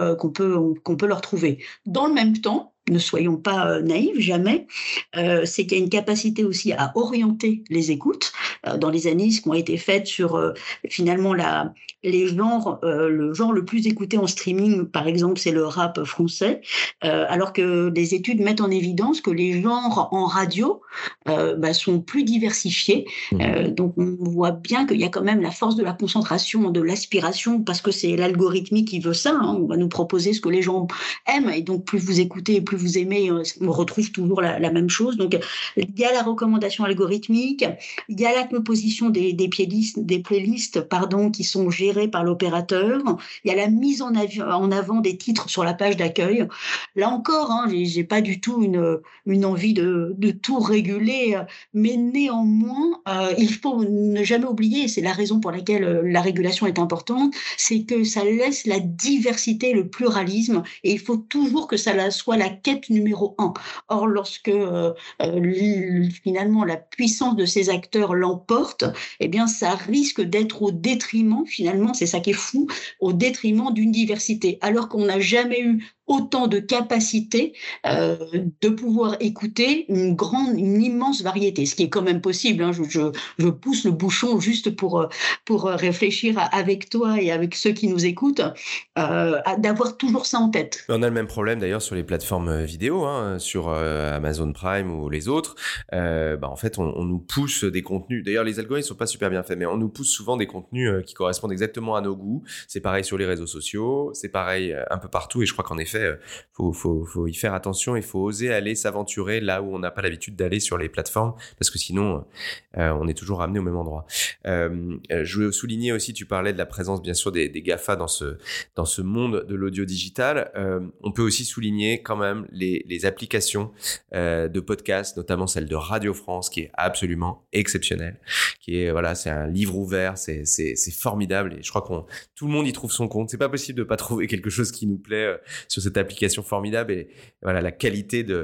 qu'on peut leur trouver. Dans le même temps, ne soyons pas naïfs, jamais, c'est qu'il y a une capacité aussi à orienter les écoutes dans les analyses qui ont été faites sur finalement les genres, le genre le plus écouté en streaming, par exemple, c'est le rap français, alors que les études mettent en évidence que les genres en radio sont plus diversifiés. Donc on voit bien qu'il y a quand même la force de la concentration, de l'aspiration, parce que c'est l'algorithmique qui veut ça. Hein. On va nous proposer ce que les gens aiment, et donc plus vous écoutez et plus vous aimez, on retrouve toujours la même chose. Donc il y a la recommandation algorithmique, il y a la composition des playlists qui sont gérées par l'opérateur, il y a la mise en avant des titres sur la page d'accueil. Là encore, hein, j'ai pas du tout une envie de tout réguler, mais néanmoins, il faut ne jamais oublier, et c'est la raison pour laquelle la régulation est importante, c'est que ça laisse la diversité, le pluralisme, et il faut toujours que ça soit la quête numéro 1. Or, lorsque finalement la puissance de ces acteurs l'emporte, eh bien, ça risque d'être au détriment, finalement, c'est ça qui est fou, au détriment d'une diversité, alors qu'on n'a jamais eu autant de capacité de pouvoir écouter une immense variété, ce qui est quand même possible. Hein. Je pousse le bouchon juste pour réfléchir avec toi et avec ceux qui nous écoutent, d'avoir toujours ça en tête. On a le même problème d'ailleurs sur les plateformes vidéo, hein, sur Amazon Prime ou les autres. En fait, on nous pousse des contenus. D'ailleurs, les algorithmes sont pas super bien faits, mais on nous pousse souvent des contenus qui correspondent exactement à nos goûts. C'est pareil sur les réseaux sociaux, c'est pareil un peu partout. Et je crois qu'en effet, faut y faire attention. Il faut oser aller s'aventurer là où on n'a pas l'habitude d'aller sur les plateformes, parce que sinon, on est toujours ramené au même endroit. Je voulais souligner aussi, tu parlais de la présence bien sûr des GAFA dans ce monde de l'audio digital. On peut aussi souligner quand même les applications de podcasts, notamment celle de Radio France, qui est absolument exceptionnelle, c'est un livre ouvert, c'est formidable, et je crois tout le monde y trouve son compte. C'est pas possible de pas trouver quelque chose qui nous plaît sur cette application formidable, et voilà, la qualité de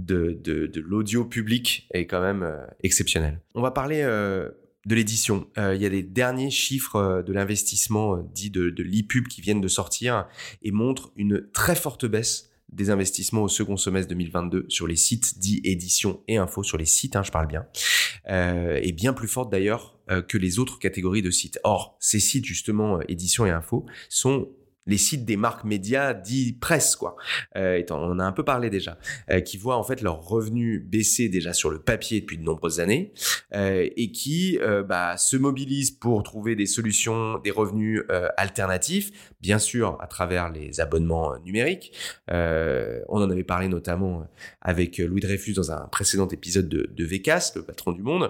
l'audio public est quand même exceptionnelle. On va parler de l'édition. Il y a les derniers chiffres de l'investissement dit de l'e-pub qui viennent de sortir et montrent une très forte baisse des investissements au second semestre 2022 sur les sites dits édition et info, sur les sites, je parle bien, et bien plus forte d'ailleurs que les autres catégories de sites. Or, ces sites justement édition et info sont les sites des marques médias dits presse, quoi. On en a un peu parlé déjà, qui voient en fait leurs revenus baisser déjà sur le papier depuis de nombreuses années, et qui se mobilisent pour trouver des solutions, des revenus alternatifs, bien sûr à travers les abonnements numériques. On en avait parlé notamment avec Louis Dreyfus dans un précédent épisode de VCast, le patron du Monde,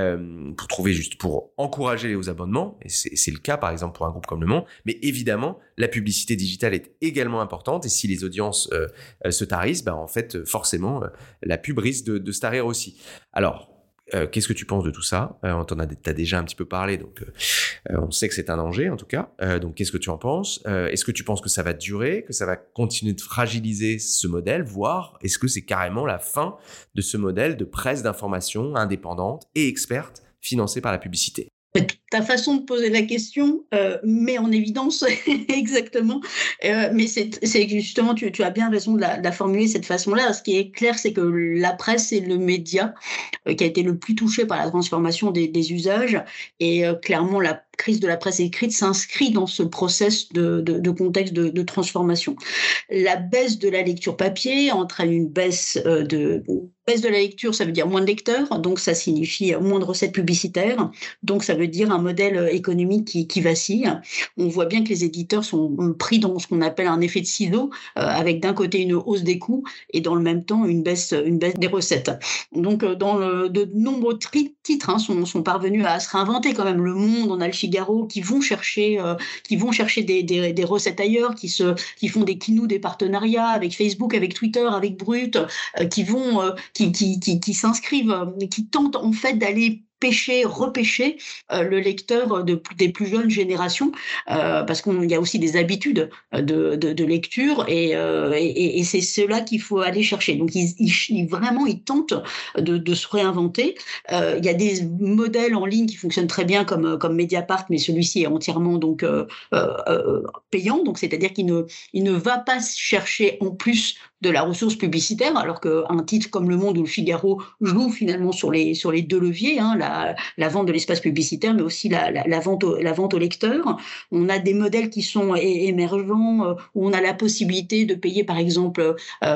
pour encourager aux abonnements, et c'est le cas par exemple pour un groupe comme Le Monde, mais évidemment la publicité digitale est également importante, et si les audiences se tarissent, en fait forcément la pub risque de se tarir aussi. Alors qu'est-ce que tu penses de tout ça? T'as déjà un petit peu parlé, donc on sait que c'est un danger en tout cas. Donc qu'est-ce que tu en penses? Est-ce que tu penses que ça va durer, que ça va continuer de fragiliser ce modèle, voire est-ce que c'est carrément la fin de ce modèle de presse d'information indépendante et experte financée par la publicité? Ta façon de poser la question met en évidence exactement, mais c'est justement, tu as bien raison de la formuler de cette façon-là. Ce qui est clair, c'est que la presse est le média qui a été le plus touché par la transformation des usages, et clairement la crise de la presse écrite s'inscrit dans ce process de contexte de transformation. La baisse de la lecture papier entraîne une baisse de la lecture, ça veut dire moins de lecteurs, donc ça signifie moins de recettes publicitaires, donc ça veut dire un modèle économique qui vacille. On voit bien que les éditeurs sont pris dans ce qu'on appelle un effet de ciseau, avec d'un côté une hausse des coûts et dans le même temps une baisse des recettes. Donc dans de nombreux titres sont parvenus à se réinventer quand même. Le Monde, on a le Figaro qui vont chercher des recettes ailleurs, qui font des kinous, des partenariats avec Facebook, avec Twitter, avec Brut, qui s'inscrivent, qui tentent en fait d'aller repêcher le lecteur des plus jeunes générations, parce qu'il y a aussi des habitudes de lecture, et c'est cela qu'il faut aller chercher. Donc vraiment, ils tentent de se réinventer. Il y a des modèles en ligne qui fonctionnent très bien comme Mediapart, mais celui-ci est entièrement donc payant, donc c'est-à-dire qu'il ne va pas chercher en plus de la ressource publicitaire, alors qu'un titre comme Le Monde ou Le Figaro joue finalement sur les deux leviers, la vente de l'espace publicitaire, mais aussi la vente au lecteur. On a des modèles qui sont émergents, où on a la possibilité de payer, par exemple,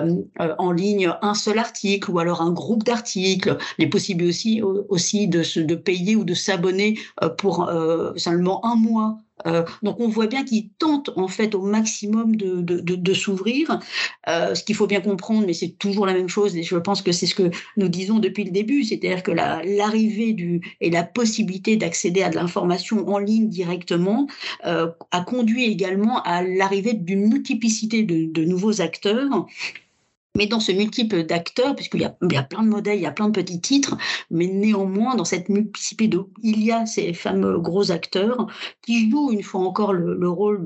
en ligne un seul article, ou alors un groupe d'articles. Il est possible aussi de payer ou de s'abonner pour seulement un mois. Donc on voit bien qu'ils tentent en fait au maximum de s'ouvrir. Ce qu'il faut bien comprendre, mais c'est toujours la même chose, et je pense que c'est ce que nous disons depuis le début, c'est-à-dire que l'arrivée et la possibilité d'accéder à de l'information en ligne directement a conduit également à l'arrivée d'une multiplicité de nouveaux acteurs. Mais dans ce multiple d'acteurs, puisqu'il y a plein de modèles, il y a plein de petits titres, mais néanmoins, dans cette multiplicité il y a ces fameux gros acteurs qui jouent une fois encore le rôle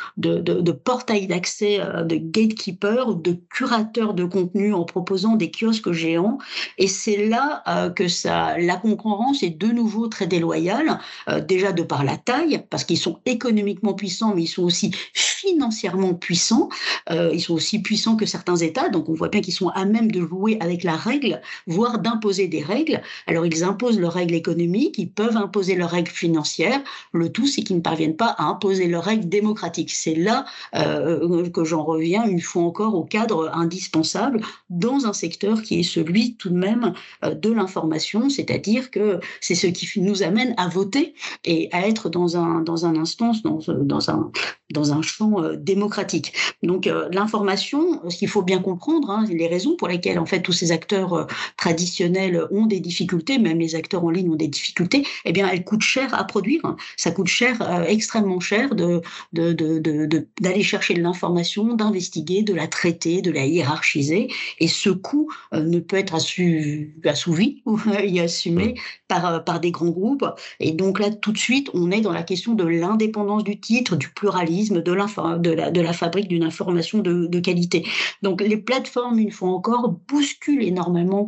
de portail d'accès, de gatekeeper, de curateur de contenu en proposant des kiosques géants. Et c'est là que la concurrence est de nouveau très déloyale, déjà de par la taille, parce qu'ils sont économiquement puissants, mais ils sont aussi financièrement puissants. Ils sont aussi puissants que certains États, donc on voit bien qu'ils sont à même de jouer avec la règle, voire d'imposer des règles. Alors ils imposent leurs règles économiques, ils peuvent imposer leurs règles financières, le tout c'est qu'ils ne parviennent pas à imposer leurs règles démocratiques. C'est là que j'en reviens une fois encore au cadre indispensable dans un secteur qui est celui tout de même de l'information, c'est-à-dire que c'est ce qui nous amène à voter et à être dans un instance, dans un champ démocratique. Donc l'information, ce qu'il faut bien comprendre, les raisons pour lesquelles en fait tous ces acteurs traditionnels ont des difficultés, même les acteurs en ligne ont des difficultés, eh bien elles coûtent cher à produire. Ça coûte cher, extrêmement cher d'aller chercher de l'information, d'investiguer, de la traiter, de la hiérarchiser, et ce coût ne peut être assouvi et assumé par des grands groupes. Et donc là, tout de suite, on est dans la question de l'indépendance du titre, du pluralisme, de la fabrique d'une information de qualité. Donc les plateformes, une fois encore, bousculent énormément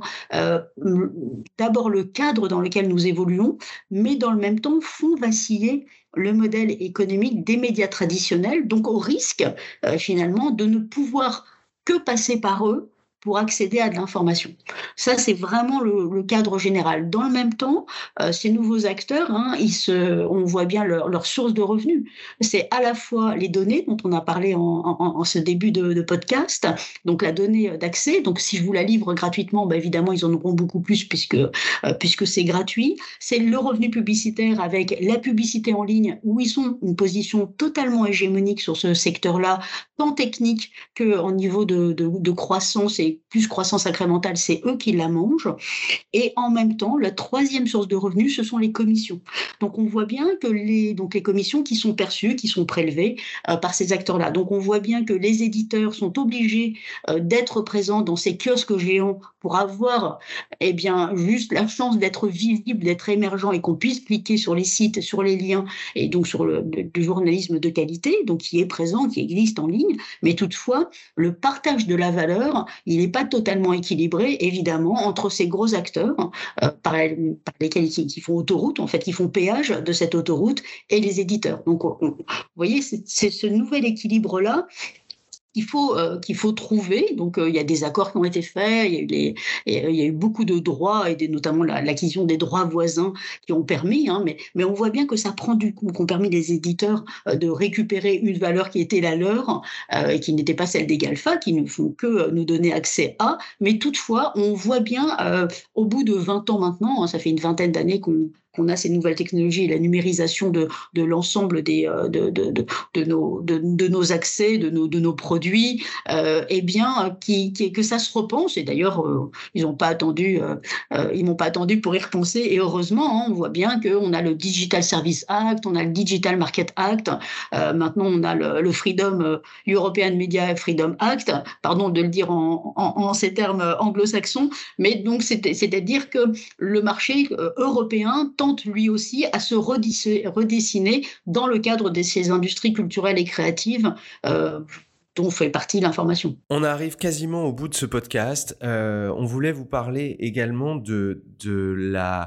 d'abord le cadre dans lequel nous évoluons, mais dans le même temps font vaciller le modèle économique des médias traditionnels, donc au risque finalement de ne pouvoir que passer par eux pour accéder à de l'information. Ça, c'est vraiment le cadre général. Dans le même temps, ces nouveaux acteurs, on voit bien leur source de revenus. C'est à la fois les données dont on a parlé en ce début de podcast, donc la donnée d'accès. Donc, si je vous la livre gratuitement, évidemment, ils en auront beaucoup plus puisque c'est gratuit. C'est le revenu publicitaire avec la publicité en ligne, où ils ont une position totalement hégémonique sur ce secteur-là, tant technique qu'en niveau de croissance et plus croissance incrémentale, c'est eux qui la mangent. Et en même temps, la troisième source de revenus, ce sont les commissions. Donc on voit bien que les commissions qui sont perçues, qui sont prélevées par ces acteurs-là. Donc on voit bien que les éditeurs sont obligés d'être présents dans ces kiosques géants pour avoir juste la chance d'être visible, d'être émergent, et qu'on puisse cliquer sur les sites, sur les liens, et donc sur le journalisme de qualité, donc qui est présent, qui existe en ligne. Mais toutefois, le partage de la valeur, il n'est pas totalement équilibré, évidemment, entre ces gros acteurs par lesquels qui font autoroute, en fait, qui font péage de cette autoroute, et les éditeurs. Donc, vous voyez, c'est ce nouvel équilibre-là qu'il faut trouver. Donc, il y a des accords qui ont été faits, il y a eu beaucoup de droits, et notamment l'acquisition des droits voisins qui ont permis, mais on voit bien que ça prend du coup, qu'ont permis les éditeurs de récupérer une valeur qui était la leur, et qui n'était pas celle des GAFA, qui ne font que nous donner accès à. Mais toutefois, on voit bien, au bout de 20 ans maintenant, ça fait une vingtaine d'années qu'on a ces nouvelles technologies et la numérisation de l'ensemble de nos accès, de nos produits, eh bien, que ça se repense. Et d'ailleurs, ils m'ont pas attendu pour y repenser. Et heureusement, hein, on voit bien qu'on a le Digital Service Act, on a le Digital Market Act, maintenant on a le Freedom European Media Freedom Act, pardon de le dire en ces termes anglo-saxons, mais donc c'est-à-dire que le marché européen tente lui aussi à se redessiner dans le cadre de ces industries culturelles et créatives dont fait partie l'information. On arrive quasiment au bout de ce podcast. On voulait vous parler également de la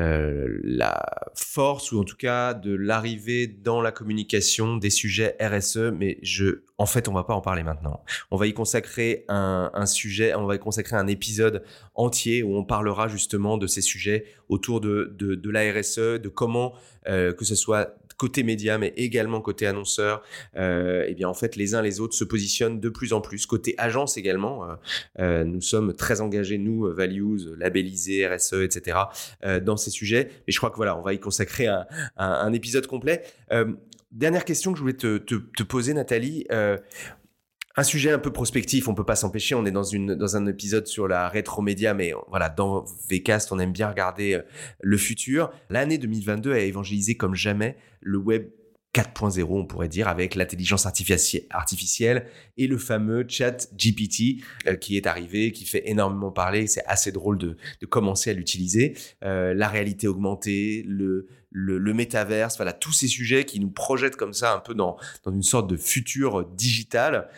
force, ou en tout cas de l'arrivée dans la communication des sujets RSE, mais en fait, on va pas en parler maintenant. On va y consacrer un sujet, on va y consacrer un épisode entier où on parlera justement de ces sujets autour de la RSE, de comment, que ce soit côté média, mais également côté annonceur, eh bien en fait les uns les autres se positionnent de plus en plus. Côté agence également, nous sommes très engagés, nous, Values, labellisés, RSE, etc., dans ces sujets. Mais je crois que voilà, on va y consacrer un épisode complet. Dernière question que je voulais te poser, Nathalie. Un sujet un peu prospectif, on peut pas s'empêcher, on est dans un épisode sur la rétromédia, mais voilà, dans Vcast, on aime bien regarder le futur. L'année 2022 a évangélisé comme jamais le web 4.0, on pourrait dire, avec l'intelligence artificielle et le fameux chat GPT qui est arrivé, qui fait énormément parler. C'est assez drôle de commencer à l'utiliser. La réalité augmentée, le métaverse, voilà, tous ces sujets qui nous projettent comme ça un peu dans une sorte de futur digital.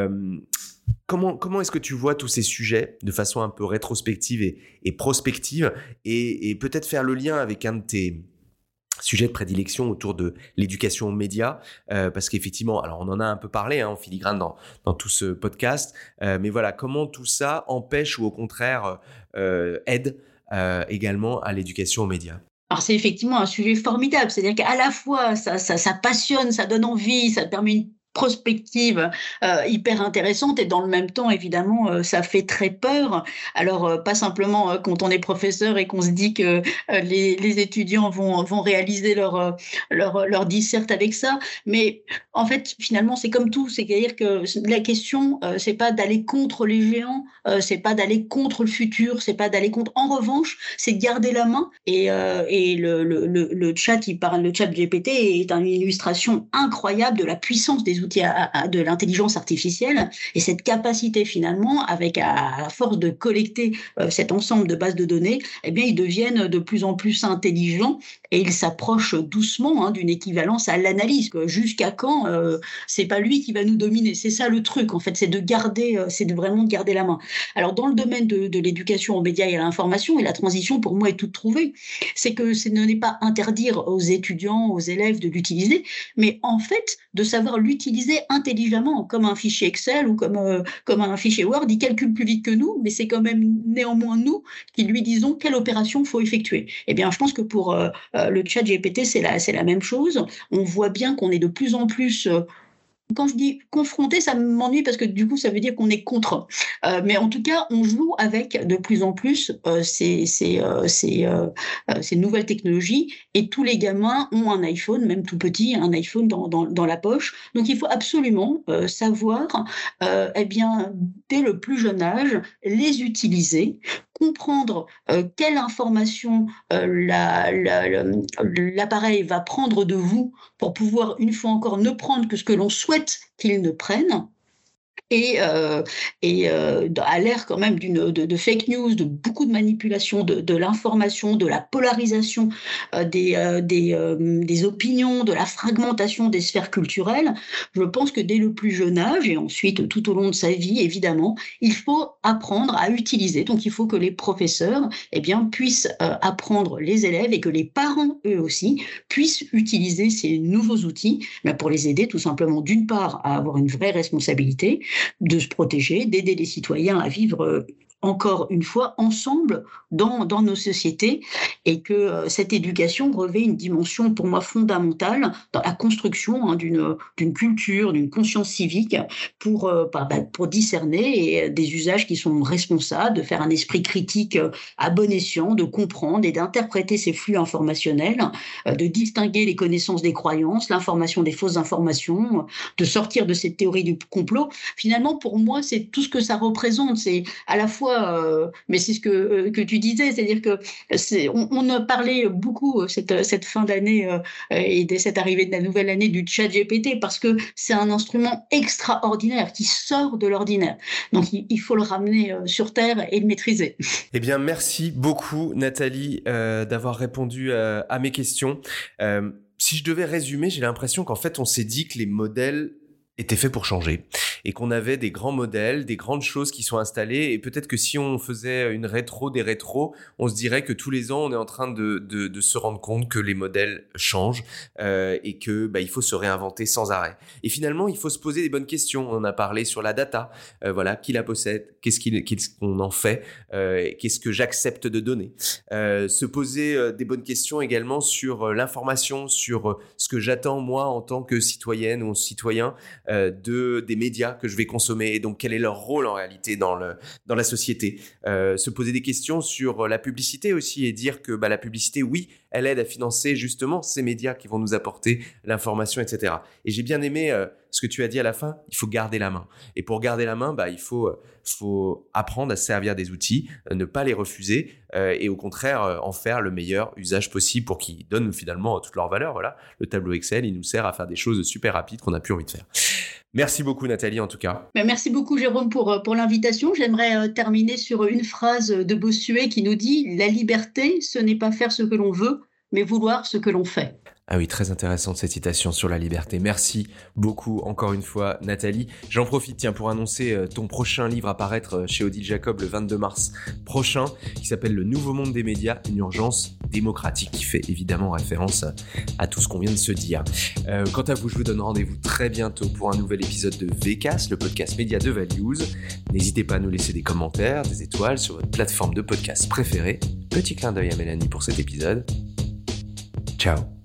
Comment est-ce que tu vois tous ces sujets de façon un peu rétrospective et prospective, et peut-être faire le lien avec un de tes sujet de prédilection autour de l'éducation aux médias, parce qu'effectivement, alors on en a un peu parlé en filigrane dans tout ce podcast, mais voilà, comment tout ça empêche ou au contraire aide également à l'éducation aux médias? Alors c'est effectivement un sujet formidable, c'est-à-dire qu'à la fois ça passionne, ça donne envie, ça permet une prospective hyper intéressante, et dans le même temps évidemment ça fait très peur. Alors pas simplement quand on est professeur et qu'on se dit que les étudiants vont réaliser leur disserte avec ça, mais en fait finalement c'est comme tout, c'est-à-dire que la question c'est pas d'aller contre les géants, c'est pas d'aller contre le futur, c'est pas d'aller contre. En revanche, c'est de garder la main, et le chat le chat GPT est une illustration incroyable de la puissance des outils de l'intelligence artificielle, et cette capacité finalement, avec à force de collecter cet ensemble de bases de données, eh bien ils deviennent de plus en plus intelligents, et ils s'approchent doucement d'une équivalence à l'analyse. Jusqu'à quand c'est pas lui qui va nous dominer? C'est ça le truc en fait, c'est de vraiment garder la main. Alors dans le domaine de l'éducation aux médias et à l'information, et la transition pour moi est toute trouvée, c'est que ce n'est pas interdire aux étudiants, aux élèves de l'utiliser, mais en fait de savoir l'utiliser intelligemment, comme un fichier Excel ou comme un fichier Word. Il calcule plus vite que nous, mais c'est quand même néanmoins nous qui lui disons quelle opération faut effectuer. Eh bien, je pense que pour le chat GPT, c'est la même chose. On voit bien qu'on est de plus en plus quand je dis confronté, ça m'ennuie parce que du coup, ça veut dire qu'on est contre. Mais en tout cas, on joue avec de plus en plus ces nouvelles technologies, et tous les gamins ont un iPhone, même tout petit, un iPhone dans la poche. Donc, il faut absolument savoir, eh bien, dès le plus jeune âge, les utiliser, comprendre quelle information l'appareil va prendre de vous pour pouvoir, une fois encore, ne prendre que ce que l'on souhaite qu'ils ne prennent. Et à l'ère quand même de fake news, de beaucoup de manipulation de l'information, de la polarisation des opinions, de la fragmentation des sphères culturelles, je pense que dès le plus jeune âge, et ensuite tout au long de sa vie, évidemment, il faut apprendre à utiliser. Donc il faut que les professeurs puissent apprendre les élèves, et que les parents, eux aussi, puissent utiliser ces nouveaux outils pour les aider tout simplement, d'une part, à avoir une vraie responsabilité, de se protéger, d'aider les citoyens à vivre encore une fois, ensemble dans nos sociétés, et que cette éducation revêt une dimension pour moi fondamentale dans la construction d'une culture, d'une conscience civique pour discerner des usages qui sont responsables, de faire un esprit critique à bon escient, de comprendre et d'interpréter ces flux informationnels, de distinguer les connaissances des croyances, l'information des fausses informations, de sortir de cette théorie du complot. Finalement, pour moi, c'est tout ce que ça représente. C'est à la fois, mais c'est ce que tu disais, c'est-à-dire que on a parlé beaucoup cette fin d'année et de cette arrivée de la nouvelle année du ChatGPT, parce que c'est un instrument extraordinaire qui sort de l'ordinaire. Donc il faut le ramener sur terre et le maîtriser. Eh bien, merci beaucoup Nathalie d'avoir répondu à mes questions. Si je devais résumer, j'ai l'impression qu'en fait on s'est dit que les modèles étaient faits pour changer et qu'on avait des grands modèles, des grandes choses qui sont installées, et peut-être que si on faisait une rétro des rétros, on se dirait que tous les ans on est en train de se rendre compte que les modèles changent et que il faut se réinventer sans arrêt. Et finalement, il faut se poser des bonnes questions. On en a parlé sur la data, qui la possède, qu'est-ce qu'on en fait, qu'est-ce que j'accepte de donner, se poser des bonnes questions également sur l'information, sur ce que j'attends moi en tant que citoyenne ou citoyen des médias que je vais consommer, et donc quel est leur rôle en réalité dans la société. Se poser des questions sur la publicité aussi, et dire que la publicité, oui, elle aide à financer justement ces médias qui vont nous apporter l'information, etc. Et j'ai bien aimé ce que tu as dit à la fin, il faut garder la main. Et pour garder la main, il faut apprendre à se servir des outils, ne pas les refuser et au contraire en faire le meilleur usage possible pour qu'ils donnent finalement toute leur valeur. Voilà, le tableau Excel, il nous sert à faire des choses super rapides qu'on n'a plus envie de faire. Merci beaucoup Nathalie en tout cas. Merci beaucoup Jérôme pour l'invitation. J'aimerais terminer sur une phrase de Bossuet qui nous dit « La liberté, ce n'est pas faire ce que l'on veut, mais vouloir ce que l'on fait ». Ah oui, très intéressante cette citation sur la liberté. Merci beaucoup encore une fois Nathalie. J'en profite pour annoncer ton prochain livre à paraître chez Odile Jacob le 22 mars prochain, qui s'appelle Le Nouveau Monde des médias, une urgence démocratique, qui fait évidemment référence à tout ce qu'on vient de se dire. Quant à vous, je vous donne rendez-vous très bientôt pour un nouvel épisode de VCAS, le podcast média de Values. N'hésitez pas à nous laisser des commentaires, des étoiles sur votre plateforme de podcast préférée. Petit clin d'œil à Mélanie pour cet épisode. Ciao.